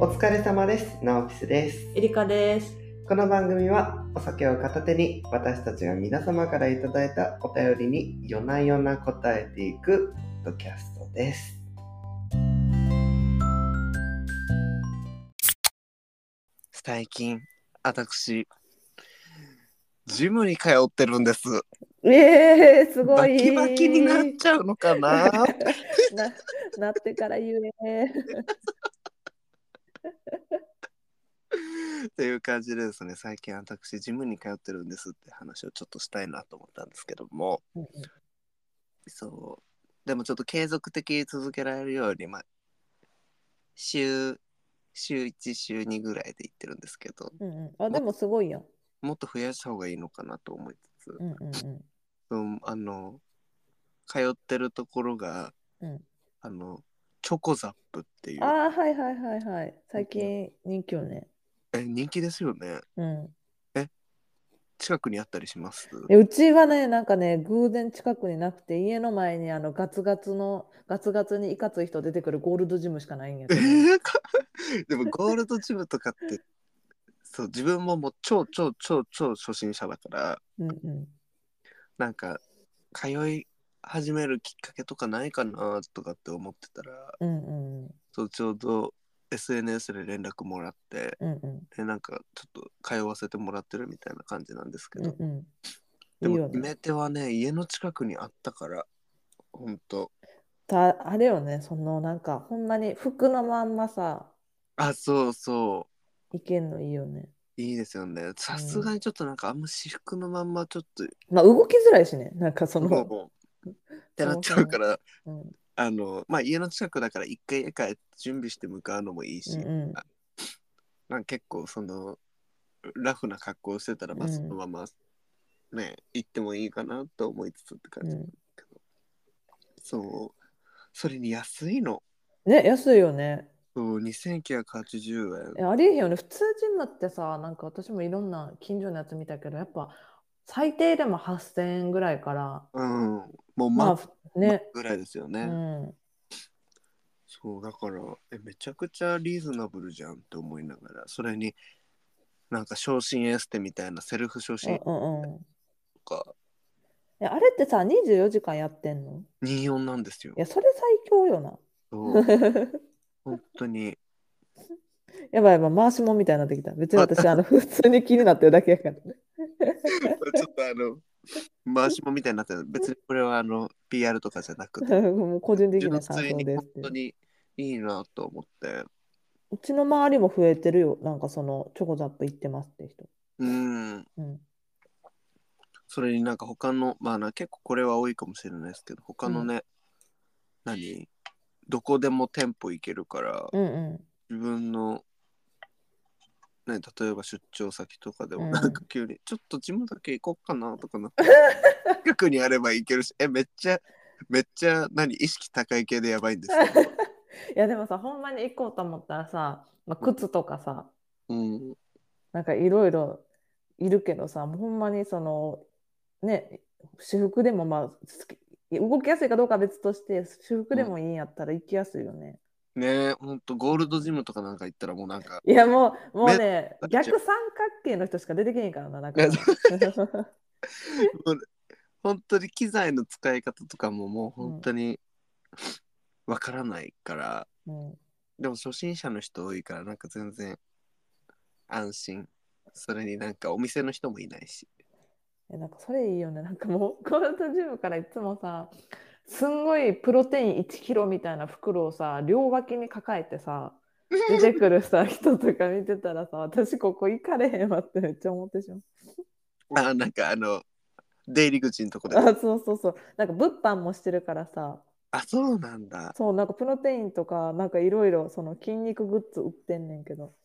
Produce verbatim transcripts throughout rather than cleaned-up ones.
お疲れ様です。ナオピスです。 エリカです。 この番組はお酒を片手に私たちが皆様からいただいたお便りに夜な夜な答えていくポッドキャストです。最近私ジムに通ってるんです。 えー、すごい。 バキバキになっちゃうのかなな, なってから言え。 っていう感じでですね、最近私ジムに通ってるんですって話をちょっとしたいなと思ったんですけども、うんうん、そうでもちょっと継続的に続けられるように、まあ、週週いち週にぐらいで行ってるんですけど、 うんうん、あでもすごいやん。 もっと増やした方がいいのかなと思いつつ、 うんうんうん、あの通ってるところが、うん、あのチョコザップっていう。 ああはいはいはいはい、最近人気よね。 え人気ですよね。 うん。 え近くにあったりします？ うちはねなんかね偶然近くになくて、家の前にあのガツガツのガツガツにいかつい人出てくるゴールドジムしかないんやけど、えー、でもゴールドジムとかってそう自分ももう超超超超初心者だからうん、うん、なんか通い始めるきっかけとかないかなとかって思ってたら、うんうん、そうちょうど エスエヌエス で連絡もらって、うんうん、でなんかちょっと通わせてもらってるみたいな感じなんですけど、うんうん、でも決め手はね、家の近くにあったからほんとたあれよね、そのなんかほんまに服のまんまさあそうそういけんのいいよね。 いいですよね。さすがにちょっとなんかあんま私服のまんまちょっと、 まあ動きづらいしね、なんかそのってなっちゃうから、うん、あのまあ家の近くだから一回家帰って準備して向かうのもいいし、うんうん、なんか結構そのラフな格好をしてたらまあそのままね、うん、行ってもいいかなと思いつつって感じなんですけど、うん、そうそれに安いのね、安いよね。 そうにせんきゅうひゃくはちじゅうえん。 ありえへんよね。普通ジムってさ、なんか私もいろんな近所のやつ見たけど、やっぱ最低でもはっせんえんぐらいから、 うん、もうまあね、 ぐらいですよね。うん、そうだからえめちゃくちゃリーズナブルじゃんって思いながら、それになんか昇進エステみたいなセルフ昇進とか、うんうんうん、 えあれってさにじゅうよじかんやってんの？ にじゅうよんなんですよ。 いやそれ最強よな。 そう本当にやばいやばい、回しもんみたいになってきた。別に私あの普通に気になってるだけやからねちょっとあの回しもんみたいになってる。別にこれはあの ピーアール とかじゃなくてもう個人的な純感粋に本想です。 当にいいなと思って。 うちの周りも増えてるよ。なんかそのチョコザップ行ってますって人。 うん、うん、それになんか他のまあな結構これは多いかもしれないですけど、他のね、うん、何どこでも店舗行けるから、うんうん、自分のね、例えば出張先とかでもなんか急に、うん、ちょっとジムだけ行こうかなとかな近くにあれば行けるし、えめっちゃめっちゃ何意識高い系でやばいんですけどいやでもさ、ほんまに行こうと思ったらさ、まあ、靴とかさ、うん、なんかいろいろいるけどさ、ほんまにそのね、私服でもまあ動きやすいかどうかは別として、私服でもいいんやったら行きやすいよね。 うん、ねえ、ほんとゴールドジムとかなんか行ったらもうなんかいやもうもうね、逆三角形の人しか出てけへんからな、だから本当に機材の使い方とかももう本当にわからないから、うん、でも初心者の人多いからなんか全然安心。それになんかお店の人もいないし、 えなんかそれいいよね。なんかもうゴールドジムからいつもさ、すんごいプロテインいちキロみたいな袋をさ両脇に抱えてさ出てくるさ人とか見てたらさ、私ここ行かれへんわってめっちゃ思ってしまう。 あなんかあの出入り口のとこであそうそうそう、なんか物販もしてるからさ。 あそうなんだ。 そうなんかプロテインとかなんかいろいろその筋肉グッズ売ってんねんけど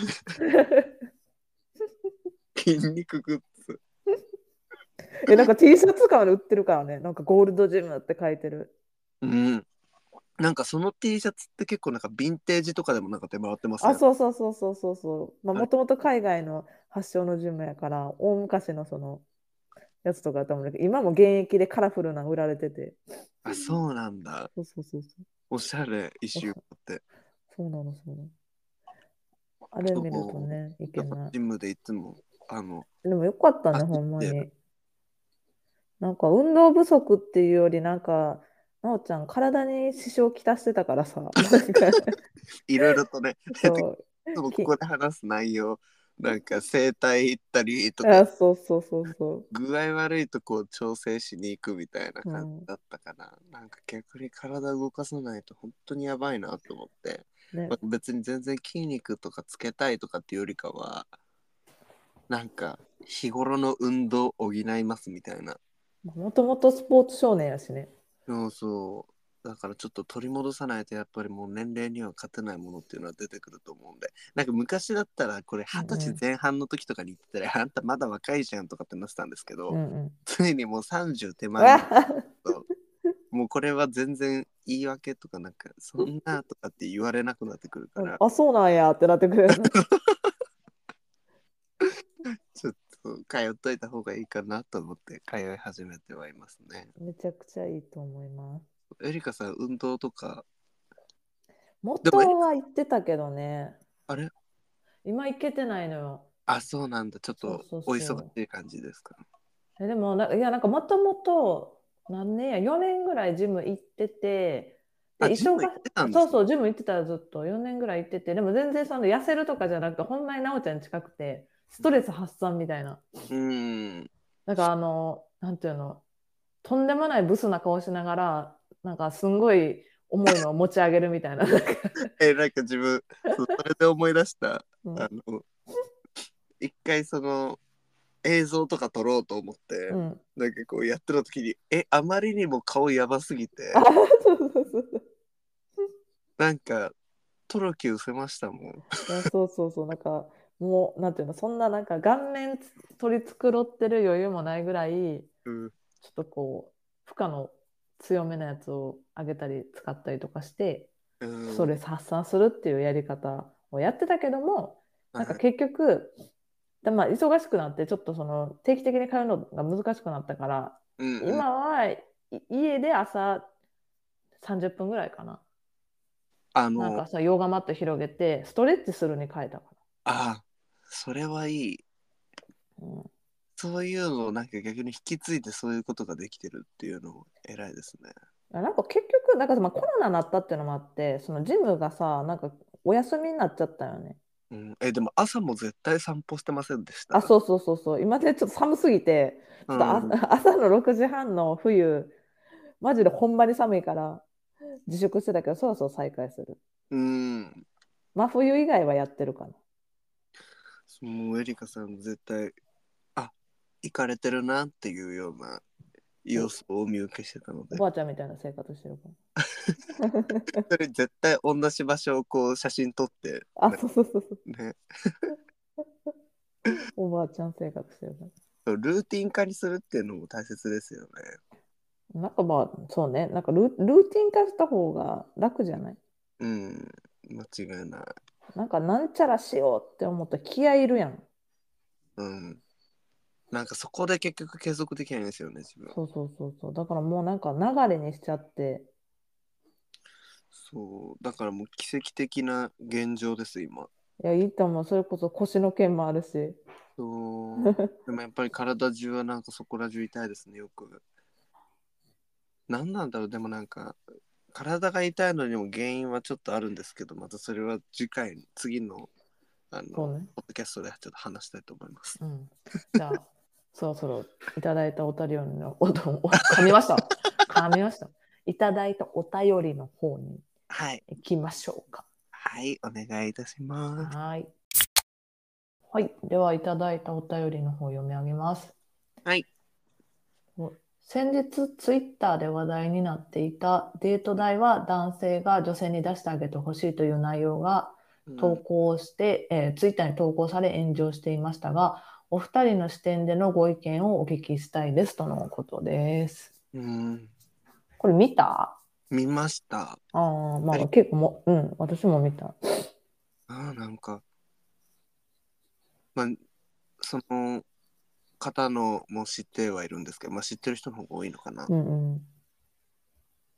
筋肉グッズえなんか T シャツか売ってるからね、なんかゴールドジムって書いてる。 うん、なんかその T シャツって結構なんかヴィンテージとかでもなんか出回ってますね。 あそうそうそうそうそうそう、もともと海外の発祥のジムやから大昔のそのやつとかだと思うんだけど、今も現役でカラフルな売られてて。 あそうなんだ。 そうそうそうそう、 おしゃれ一周って。 そうなのそうなの。 あれ見るとね、いけない。 ジムでいつも、あの、 でもよかったね、ほんまに。なんか運動不足っていうより、なんか、なおちゃん、体に支障をきたしてたからさ、なんかいろいろとね、 そう、 いつもここで話す内容、なんか整体行ったりとか、 あ、そうそうそうそう。 具合悪いとこを調整しに行くみたいなう感じん、 だったかな。なんか逆に体動かさないと本当にやばいなと思って、 ね、 まあ、別に全然筋肉とかつけたいとかっていうよりかは、なんか日頃の運動を補いますみたいな。 もともとスポーツ少年やしね。 そうそう。だからちょっと取り戻さないとやっぱりもう年齢には勝てないものっていうのは出てくると思うんで。なんか昔だったらこれはたち前半の時とかに言ってたら、あんたまだ若いじゃんとかってなってたんですけど、 うんうん。 ついにもうさんじゅう手前になると、もうこれは全然言い訳とかなんかそんなとかって言われなくなってくるから、 あ、そうなんやってなってくれるな。 ちょっと通っといた方がいいかなと思って通い始めてはいますね。 めちゃくちゃいいと思います。 エリカさん運動とか、でもエリカ、 元は言ってたけどね、 あれ今行けてないのよ。 あ、そうなんだ。ちょっとそうそうお忙しそう。 い感じですか？ えでもな、いや、なんかもともと何年や、よねんぐらいジム行ってて、 あ、 で、忙しジム行ってたんですね。 そうそう、ジム行ってたらずっとよねんぐらい行ってて、でも全然その痩せるとかじゃなくて、ほんまになおちゃんに近くて、ストレス発散みたいな。 うーん。 なんかあの、なんていうの、とんでもないブスな顔しながら、なんかすんごい重いのを持ち上げるみたいな。なんかえ、なんか自分、そうそれで思い出した。 うん、 あの、一回その映像とか撮ろうと思って、 うん。 なんかこうやってた時に、え、あまりにも顔やばすぎあ、 て、 そうそうそうそう。 なんか、トロキ失せましたもん。 いや、そうそうそう、なんか、もう、なんていうの、そんななんか顔面取り繕ってる余裕もないぐらい、 うん。 ちょっとこう、負荷の強めなやつを上げたり使ったりとかして、 うん。 ストレス発散するっていうやり方をやってたけども、なんかはい。 結局、でまあ、忙しくなって、ちょっとその定期的に通うのが難しくなったから、 うんうん。 今は家で朝さんじゅっぷんぐらいかな。 あの、 なんかさ、ヨガマット広げて、ストレッチするに変えたかあ、それはいい。 ら。うん、 そういうのをなんか逆に引き継いでそういうことができてるっていうのも偉いですね。 なんか結局、なんかまあコロナになったっていうのもあって、そのジムがさ、なんかお休みになっちゃったよね。 うん、え、でも朝も絶対散歩してませんでしあ、 た？ そうそうそうそう。今でちょっと寒すぎて、ちょっとあうん。 朝のろくじはんの冬、マジでほんまに寒いから自粛してたけど、そろそろ再開する。 うん。 真冬以外はやってるかな。 もうエリカさん絶対、あ、行かれてるなっていうような様子をお見受けしてたので、 おばあちゃんみたいな生活してるかそれ絶対同じ場所をこう写真撮って、 ら。あ、 ね、 そうそうそうそう。 ね、 おばあちゃん生活してるかルーティン化にするっていうのも大切ですよね。 ら。なんかまあ、そうね。なんかル、ルーティン化した方が楽じゃない？ うん、間違いない。 なんかなんちゃらしようって思ったら気合いるやん。 うん。なんかそこで結局継続できないんですよね、自分。 そうそうそうそう。だからもうなんか流れにしちゃって、 そう、だからもう奇跡的な現状です、今。 いや、いいと思う。それこそ腰の腱もあるし。 そう。でもやっぱり体中はなんかそこら中痛いですね、よく。何なんだろう、でもなんか、体が痛いのにも原因はちょっとあるんですけど、またそれは次回、次の、あの、 そうね。 ポッドキャストでちょっと話したいと思います。 うん。じゃあ、そろそろいただいたお便りの、お、お、噛みました。噛みました。いただいたお便りの方にはい。 行きましょうか。 はい、お願いいたします。 はい。はい。では、いただいたお便りの方を読み上げます。 はい。 先日、ツイッターで話題になっていたデート代は男性が女性に出してあげてほしいという内容が投稿して、うん、えー、ツイッターに投稿され炎上していましたが、お二人の視点でのご意見をお聞きしたいですとのことです。 うん。 これ見た？ 見ました。 ああ、まあ結構も、うん、私も見た。 ああ、なんか、まあ、その方のも知ってはいるんですけど、まあ知ってる人の方が多いのかな。 うん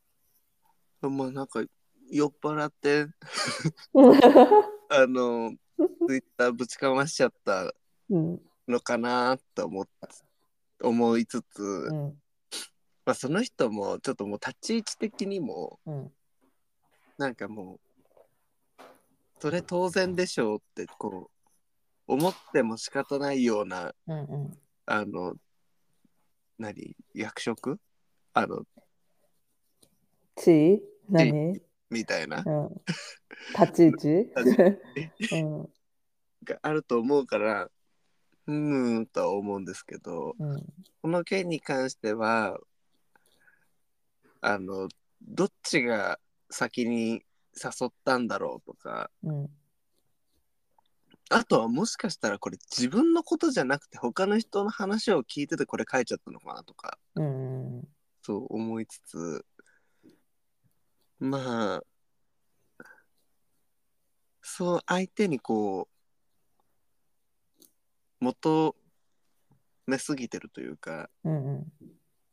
まあなんか、酔っ払って、 うん。 あの、 ツイッターぶちかましちゃったのかなと思っ思いつつ、うん、まあ、その人もちょっともう立ち位置的にも、うん、なんかもうそれ当然でしょうってこう思っても仕方ないような、うんうん、あの何役職あの地位何みたいな、うん、 立ち位置、 うん、があると思うからうーんとは思うんですけど、うん、この件に関してはあのどっちが先に誘ったんだろうとか、うん、あとはもしかしたらこれ自分のことじゃなくて他の人の話を聞いててこれ書いちゃったのかなとか、うん、そう思いつつ、まあそう相手にこう求めすぎてるというか、うんうん、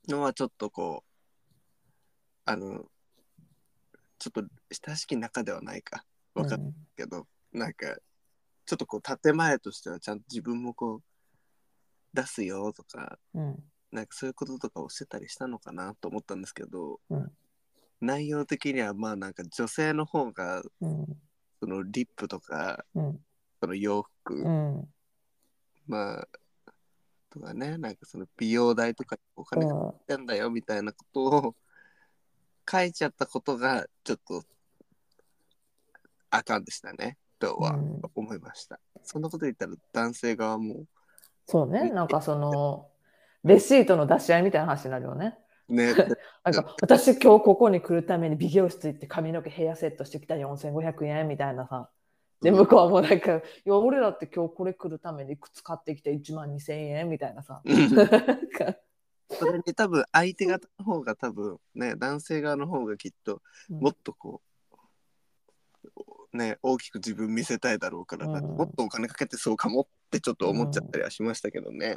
のはちょっとこうあのちょっと親しき仲ではないか分かるけど、うん、なんかちょっとこう建前としてはちゃんと自分もこう出すよとか、うん、なんかそういうこととかをしてたりしたのかなと思ったんですけど、うん、内容的にはまあなんか女性の方が、うん、そのリップとか、うん、その洋服、うん、まあとかね、なんかその美容代とかお金かかってんだよみたいなことを書いちゃったことがちょっとあかんでしたねとは思いました、うん、そんなこと言ったら男性側もそうね、なんかそのレシートの出し合いみたいな話になるよね。ねなんか私今日ここに来るために美容室行って髪の毛ヘアセットしてきたよんせんごひゃくえんみたいなさ。で向こうもなんか、うん、いや俺だって今日これ来るために靴買ってきていちまんにせんえんみたいなさ。 それに多分相手方の方が多分ね男性側の方がきっともっとこう、ね大きく自分見せたいだろうから、うん、もっとお金かけてそうかもってちょっと思っちゃったりはしましたけどね。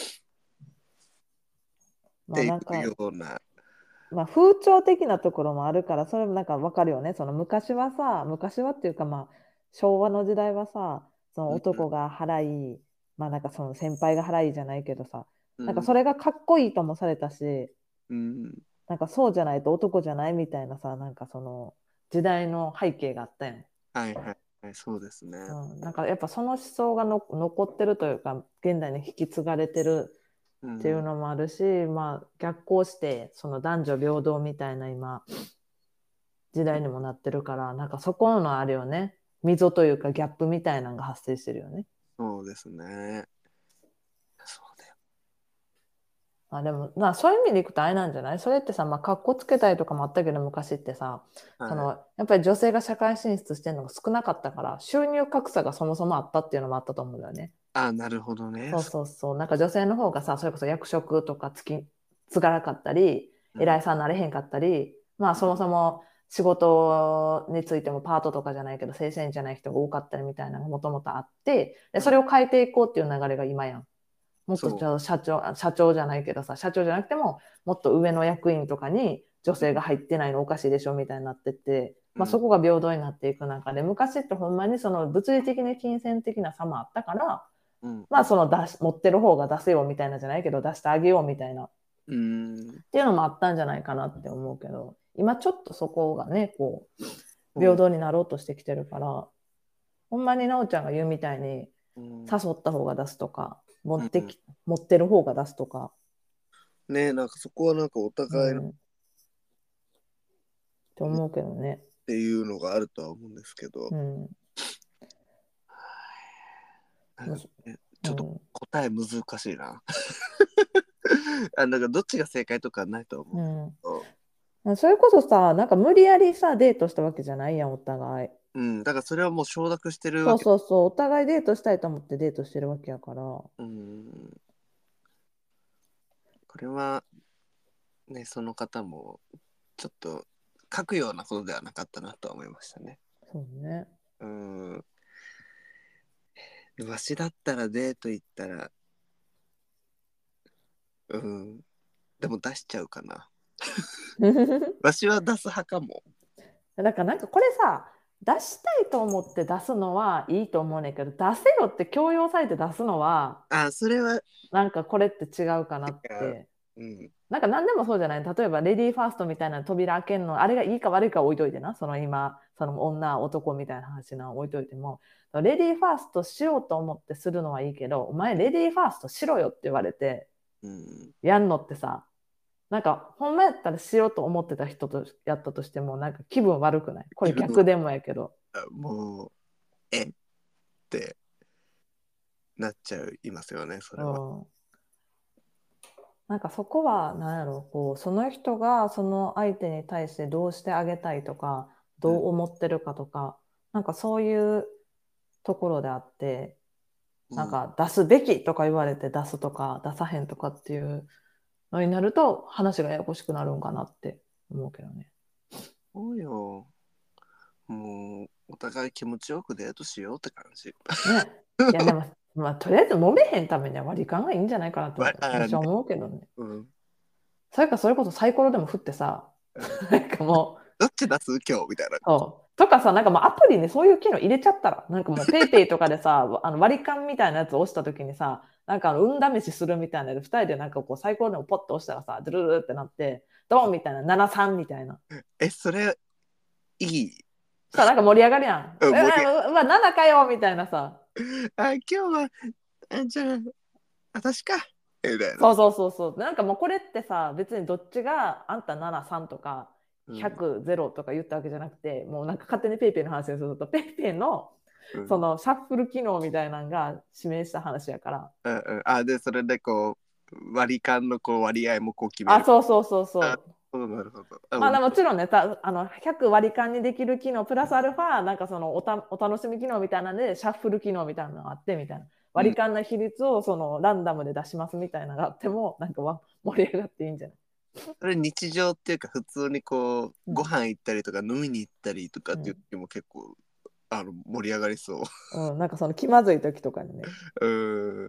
まあなんか、っていうような、まあ、風潮的なところもあるからそれもなんか分かるよね。その昔はさ昔はっていうかまあ昭和の時代はさその男が払い、うん、まあなんかその先輩が払いじゃないけどさ、うん、なんかそれがかっこいいともされたし、うん、なんかそうじゃないと男じゃないみたいなさなんかその時代の背景があったやん。 はいはいはい、そうですね。 うん、なんかやっぱその思想がの残ってるというか現代に引き継がれてるっていうのもあるし、うん、まあ逆行してその男女平等みたいな今時代にもなってるから、なんかそこのあるよね溝というかギャップみたいなのが発生してるよね。 そうですね。そうだよ。 あでもまあそういう意味でいくとあれなんじゃない？それってさ、まあ、かっこつけたりとかもあったけど昔ってさ、はい、そのやっぱり女性が社会進出してるのが少なかったから収入格差がそもそもあったっていうのもあったと思うんだよね。 あ、なるほどね。 そうそうそう。なんか女性の方がさそれこそ役職とかつき継がなかったり偉いさんなれへんかったり、うん、まあそもそも仕事についてもパートとかじゃないけど正社員じゃない人が多かったりみたいなのがもともとあってでそれを変えていこうっていう流れが今やん。もっと社長、社長じゃないけどさ、社長じゃなくても、もっと上の役員とかに女性が入ってないのおかしいでしょみたいになってって、まあ、そこが平等になっていく中で、昔ってほんまにその物理的に金銭的な差もあったから、うん、まあその出し持ってる方が出せよみたいなじゃないけど、出してあげようみたいな、うん、っていうのもあったんじゃないかなって思うけど、今ちょっとそこがね、こう、平等になろうとしてきてるから、うん、ほんまになおちゃんが言うみたいに、誘った方が出すとか、持ってき、うん、持ってる方が出すとかねえなんかそこはなんかお互いの、うん、 って思うけどねっていうのがあるとは思うんですけど、うん、なんかね、ちょっと答え難しいな、うん、あなんかどっちが正解とかはないと思う、 うん、それこそさなんか無理やりさデートしたわけじゃないやんお互い、 うん、だからそれはもう承諾してるわけ。そうそうそうお互いデートしたいと思ってデートしてるわけやから、うん、 これはねその方もちょっと書くようなことではなかったなとは思いましたね。 そうね。 うん。わしだったらデート行ったら、うん。でも出しちゃうかな。わしは出す派かも。 だからなんかこれさ出したいと思って出すのはいいと思うねんけど、出せよって強要されて出すのは、 あ、それは、 なんかこれって違うかなって。うん、なんか何でもそうじゃない。例えばレディーファーストみたいな扉開けるの、あれがいいか悪いか置いといてな。その今、その女、男みたいな話な置いといても、レディーファーストしようと思ってするのはいいけど、お前レディーファーストしろよって言われて、うん、やんのってさ、なんか、ほんまやったらしようと思ってた人とやったとしても、なんか気分悪くない？これ逆でもやけど。 もう、えってなっちゃいますよね、それは。うん、 なんかそこは、なんやろう、こう、その人がその相手に対してどうしてあげたいとか、どう思ってるかとか、うん、なんかそういうところであって、なんか出すべきとか言われて出すとか、出さへんとかっていうのになると、話がややこしくなるんかなって思うけどね。 そうよ。もう、お互い気持ちよくデートしようって感じ。 ね。いや、でも、まあ、とりあえず揉めへんためには割り勘がいいんじゃないかなと私は思うけどね。うん、それか、それこそサイコロでも振ってさ、うん、なんかもう。 どっち出す今日みたいな。 そう。とかさ、なんかもうアプリにそういう機能入れちゃったら、なんかもうペイペイとかでさ、あの割り勘みたいなやつを押したときにさ、なんかあの運試しするみたいなで、ふたりでなんかこうサイコロでもポッと押したらさ、ドゥルルルってなって、ドンみたいな、ななさんみたいな。 え、それ、いい。 さ、なんか盛り上がるやん。うわ、うわ、ななかよみたいなさ。 あ、今日は、あ、じゃあ、私か。みたいな。 そうそうそうそう。なんかもうこれってさ、別にどっちがあんたななさんとかひゃく、ゼロとか言ったわけじゃなくて、うん、もうなんか勝手にペイペイの話をすると、ペイペイのそのシャッフル機能みたいなのが指名した話やから。 うんうん、あ、で、それでこう、割り勘のこう割合もこう決める。 あ、そうそうそうそう。 なるほど。 まあもちろんね、たあのひゃく割り勘にできる機能プラスアルファなんかそのおたお楽しみ機能みたいなのでシャッフル機能みたいなのがあってみたいな割り勘の比率をそのランダムで出しますみたいなのがあってもなんか盛り上がっていいんじゃない？ それ日常っていうか普通にこう、うん、ご飯行ったりとか飲みに行ったりとかっていう時も結構、うん、あの盛り上がりそう。 うん、なんかその気まずい時とかにね。うん。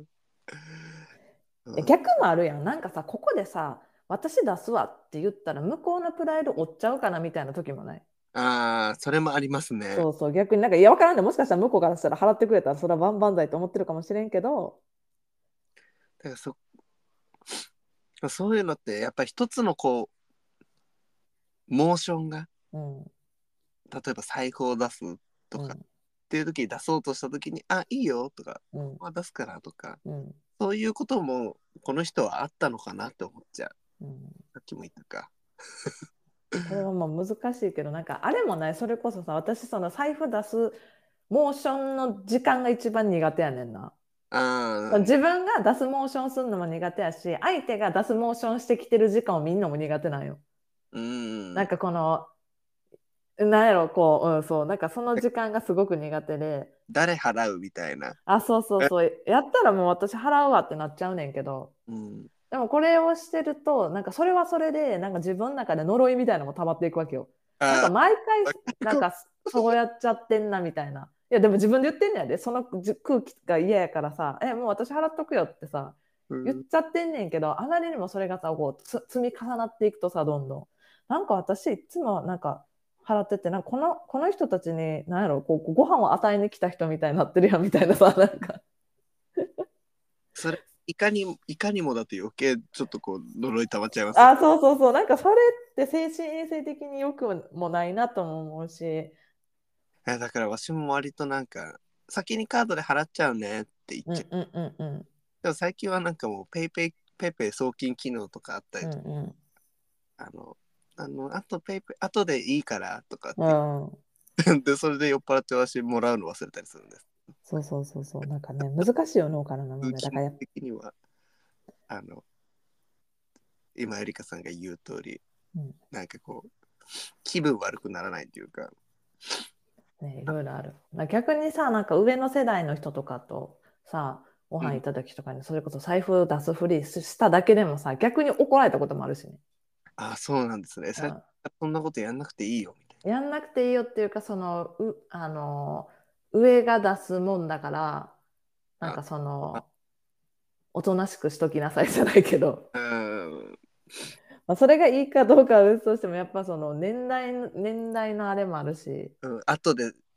逆もあるやん。なんかさここでさ私出すわって言ったら向こうのプライド折っちゃうかなみたいな時もない？ ああ、それもありますね。 そうそう、逆になんかいや分からんで、もしかしたら向こうからしたら払ってくれたらそれは万々歳と思ってるかもしれんけど、 だからそそういうのってやっぱり一つのこうモーションが、うん、例えば財布を出すとか、うん、っていう時に出そうとした時にあいいよとか、うん、出すからとか、うん、そういうこともこの人はあったのかなって思っちゃう、うん、さっきも言ったか。 これはもう難しいけどなんかあれもない。それこそさ私その財布出すモーションの時間が一番苦手やねんな。あ自分が出すモーションするのも苦手やし相手が出すモーションしてきてる時間を見るのも苦手なんよ。うんなんかこのなんやろこう、うん、そうなんかその時間がすごく苦手で誰払うみたいな。 あそうそうそうやったらもう私払うわってなっちゃうねんけど、うん、でもこれをしてるとなんかそれはそれでなんか自分の中で呪いみたいなのも溜まっていくわけよ。なんか毎回なんかそうやっちゃってんなみたいな。いやでも自分で言ってんねやでその空気が嫌やからさえもう私払っとくよってさ言っちゃってんねんけど、あまりにもそれがさこう積み重なっていくとさどんどんなんか私いつもなんか払っててなんかこのこの人たちに何やろこうご飯を与えに来た人みたいになってるやんみたいなさなんかそれいかにいかにもだって余計ちょっとこう呪い溜まっちゃいます、 あそうそうそうなんかそれって精神衛生的によくもないなとも思うしえだからわしも割となんか先にカードで払っちゃうねって言っちゃう、うんうんうんうん、でも最近はなんかもうペイペイペイペイ送金機能とかあったりとか、うんうん、あのあのあとペイペイ後でいいからとかって、うん、でそれで酔っ払ってわしもらうの忘れたりするんです。 そうそうそうそうなんかね難しいよ脳からの問題だから的にはあの今エリカさんが言う通り、うん、なんかこう気分悪くならないというか、 ね、いろいろある。逆にさなんか上の世代の人とかとさご飯行った時とかにそれこそ財布出すふりしただけでもさ逆に怒られたこともあるしね。 あそうなんですね、うん、そんなことやんなくていいよみたいな。やんなくていいよっていうかそのうあの上が出すもんだからなんかそのおとなしくしときなさいじゃないけど、うんまあ、それがいいかどうかは別としてもやっぱその年代年代のあれもあるし、 うん、後で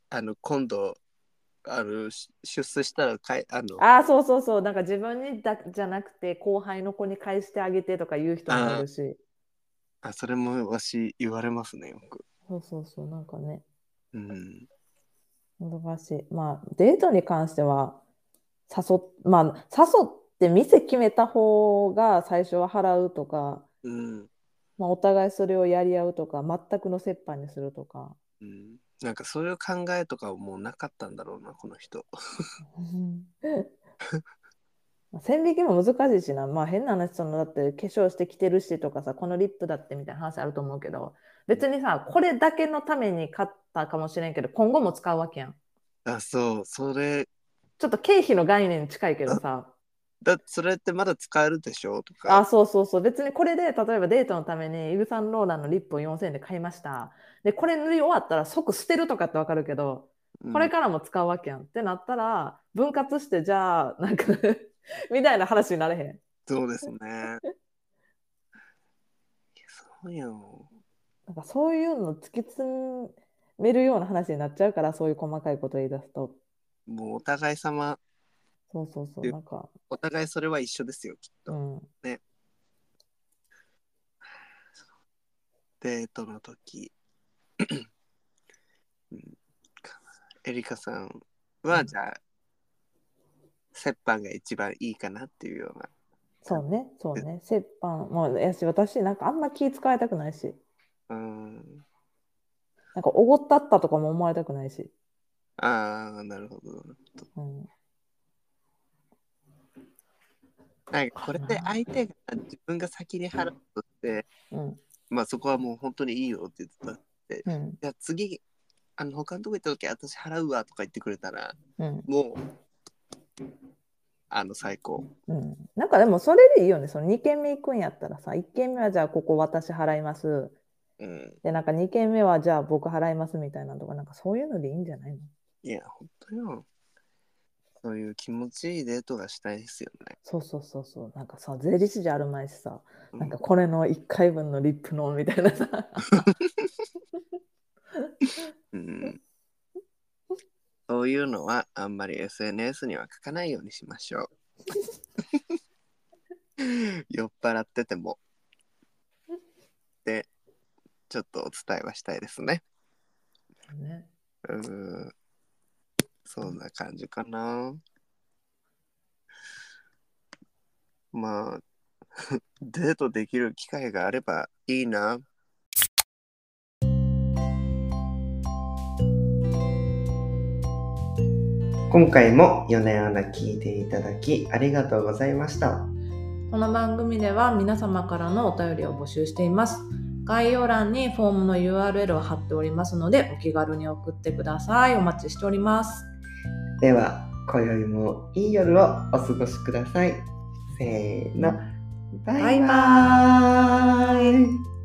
あの今度あの出世したらかいあのああ、そうそうそう。なんか自分にだじゃなくて後輩の子に返してあげてとか言う人もいるし。 あ、それもわし言われますね、よく。 そうそうそう、なんかね。 うん。 難しい。まあ、デートに関しては、誘っ、まあ、誘って店決めた方が最初は払うとか、 うん。 まあ、お互いそれをやり合うとか、全くの折半にするとか。 うん。なんかそういう考えとかもうなかったんだろうな、この人。 線引きも難しいしな、まあ変な話、そのだって化粧してきてるしとかさ、このリップだってみたいな話あると思うけど、別にさ、これだけのために買ったかもしれんけど、今後も使うわけやん。 あ、そう、それ、 ちょっと経費の概念に近いけどあさ、 だそれってまだ使えるでしょとか。 あ、そうそうそう、別にこれで例えばデートのためにイヴ・サンローランのリップをよんせんえんで買いました。で、これ塗り終わったら即捨てるとかってわかるけど、これうん、 からも使うわけやんってなったら、分割してじゃあ、なんかみたいな話になれへん。 そうですね。そうよ。 なんかそういうの突き詰めるような話になっちゃうから、そういう細かいことを言い出すと。 もうお互い様、 そうそうそう、なんか、 お互いそれは一緒ですよ、きっと。 うん。 ね。デートの時、うん、エリカさんは、じゃあ、折半が一番いいかなっていうような。 そうね、そうね。折半、もう、やし、私、なんかあんま気使いたくないし、 うん。 なんかおごったったとかも思われたくないし。 ああ、なるほど。 うん。 なんかこれでかな。 相手が自分が先に払うとして、 うん。 まあそこはもう本当にいいよって言ってたって、 うん。 じゃあ次、あの他のとこ行った時私払うわとか言ってくれたら、 うん。 もう、あの最高。 うん。なんかでもそれでいいよね。そのに軒目行くんやったらさ、いっ軒目はじゃあここ私払います。 うん。 で、なんかに軒目はじゃあ僕払いますみたいなとか、なんかそういうのでいいんじゃないの？ いや、本当よ。そういう気持ちいいデートがしたいですよね。 そうそうそうそう。なんかさ、税理士じゃあるまいしさ、 うん、 なんかこれのいっかいぶんのリップのみたいなさ。 うん、そういうのはあんまり エスエヌエス には書かないようにしましょう。酔っ払ってても。で、ちょっとお伝えはしたいですね。 ね、 うん、そんな感じかな。まあ、デートできる機会があればいいな。今回もよねんアナ聞いていただきありがとうございました。 この番組では皆様からのお便りを募集しています。概要欄にフォームの ユーアールエル を貼っておりますので、お気軽に送ってください。お待ちしております。 では、今宵もいい夜をお過ごしください。せーの、バイバーイ。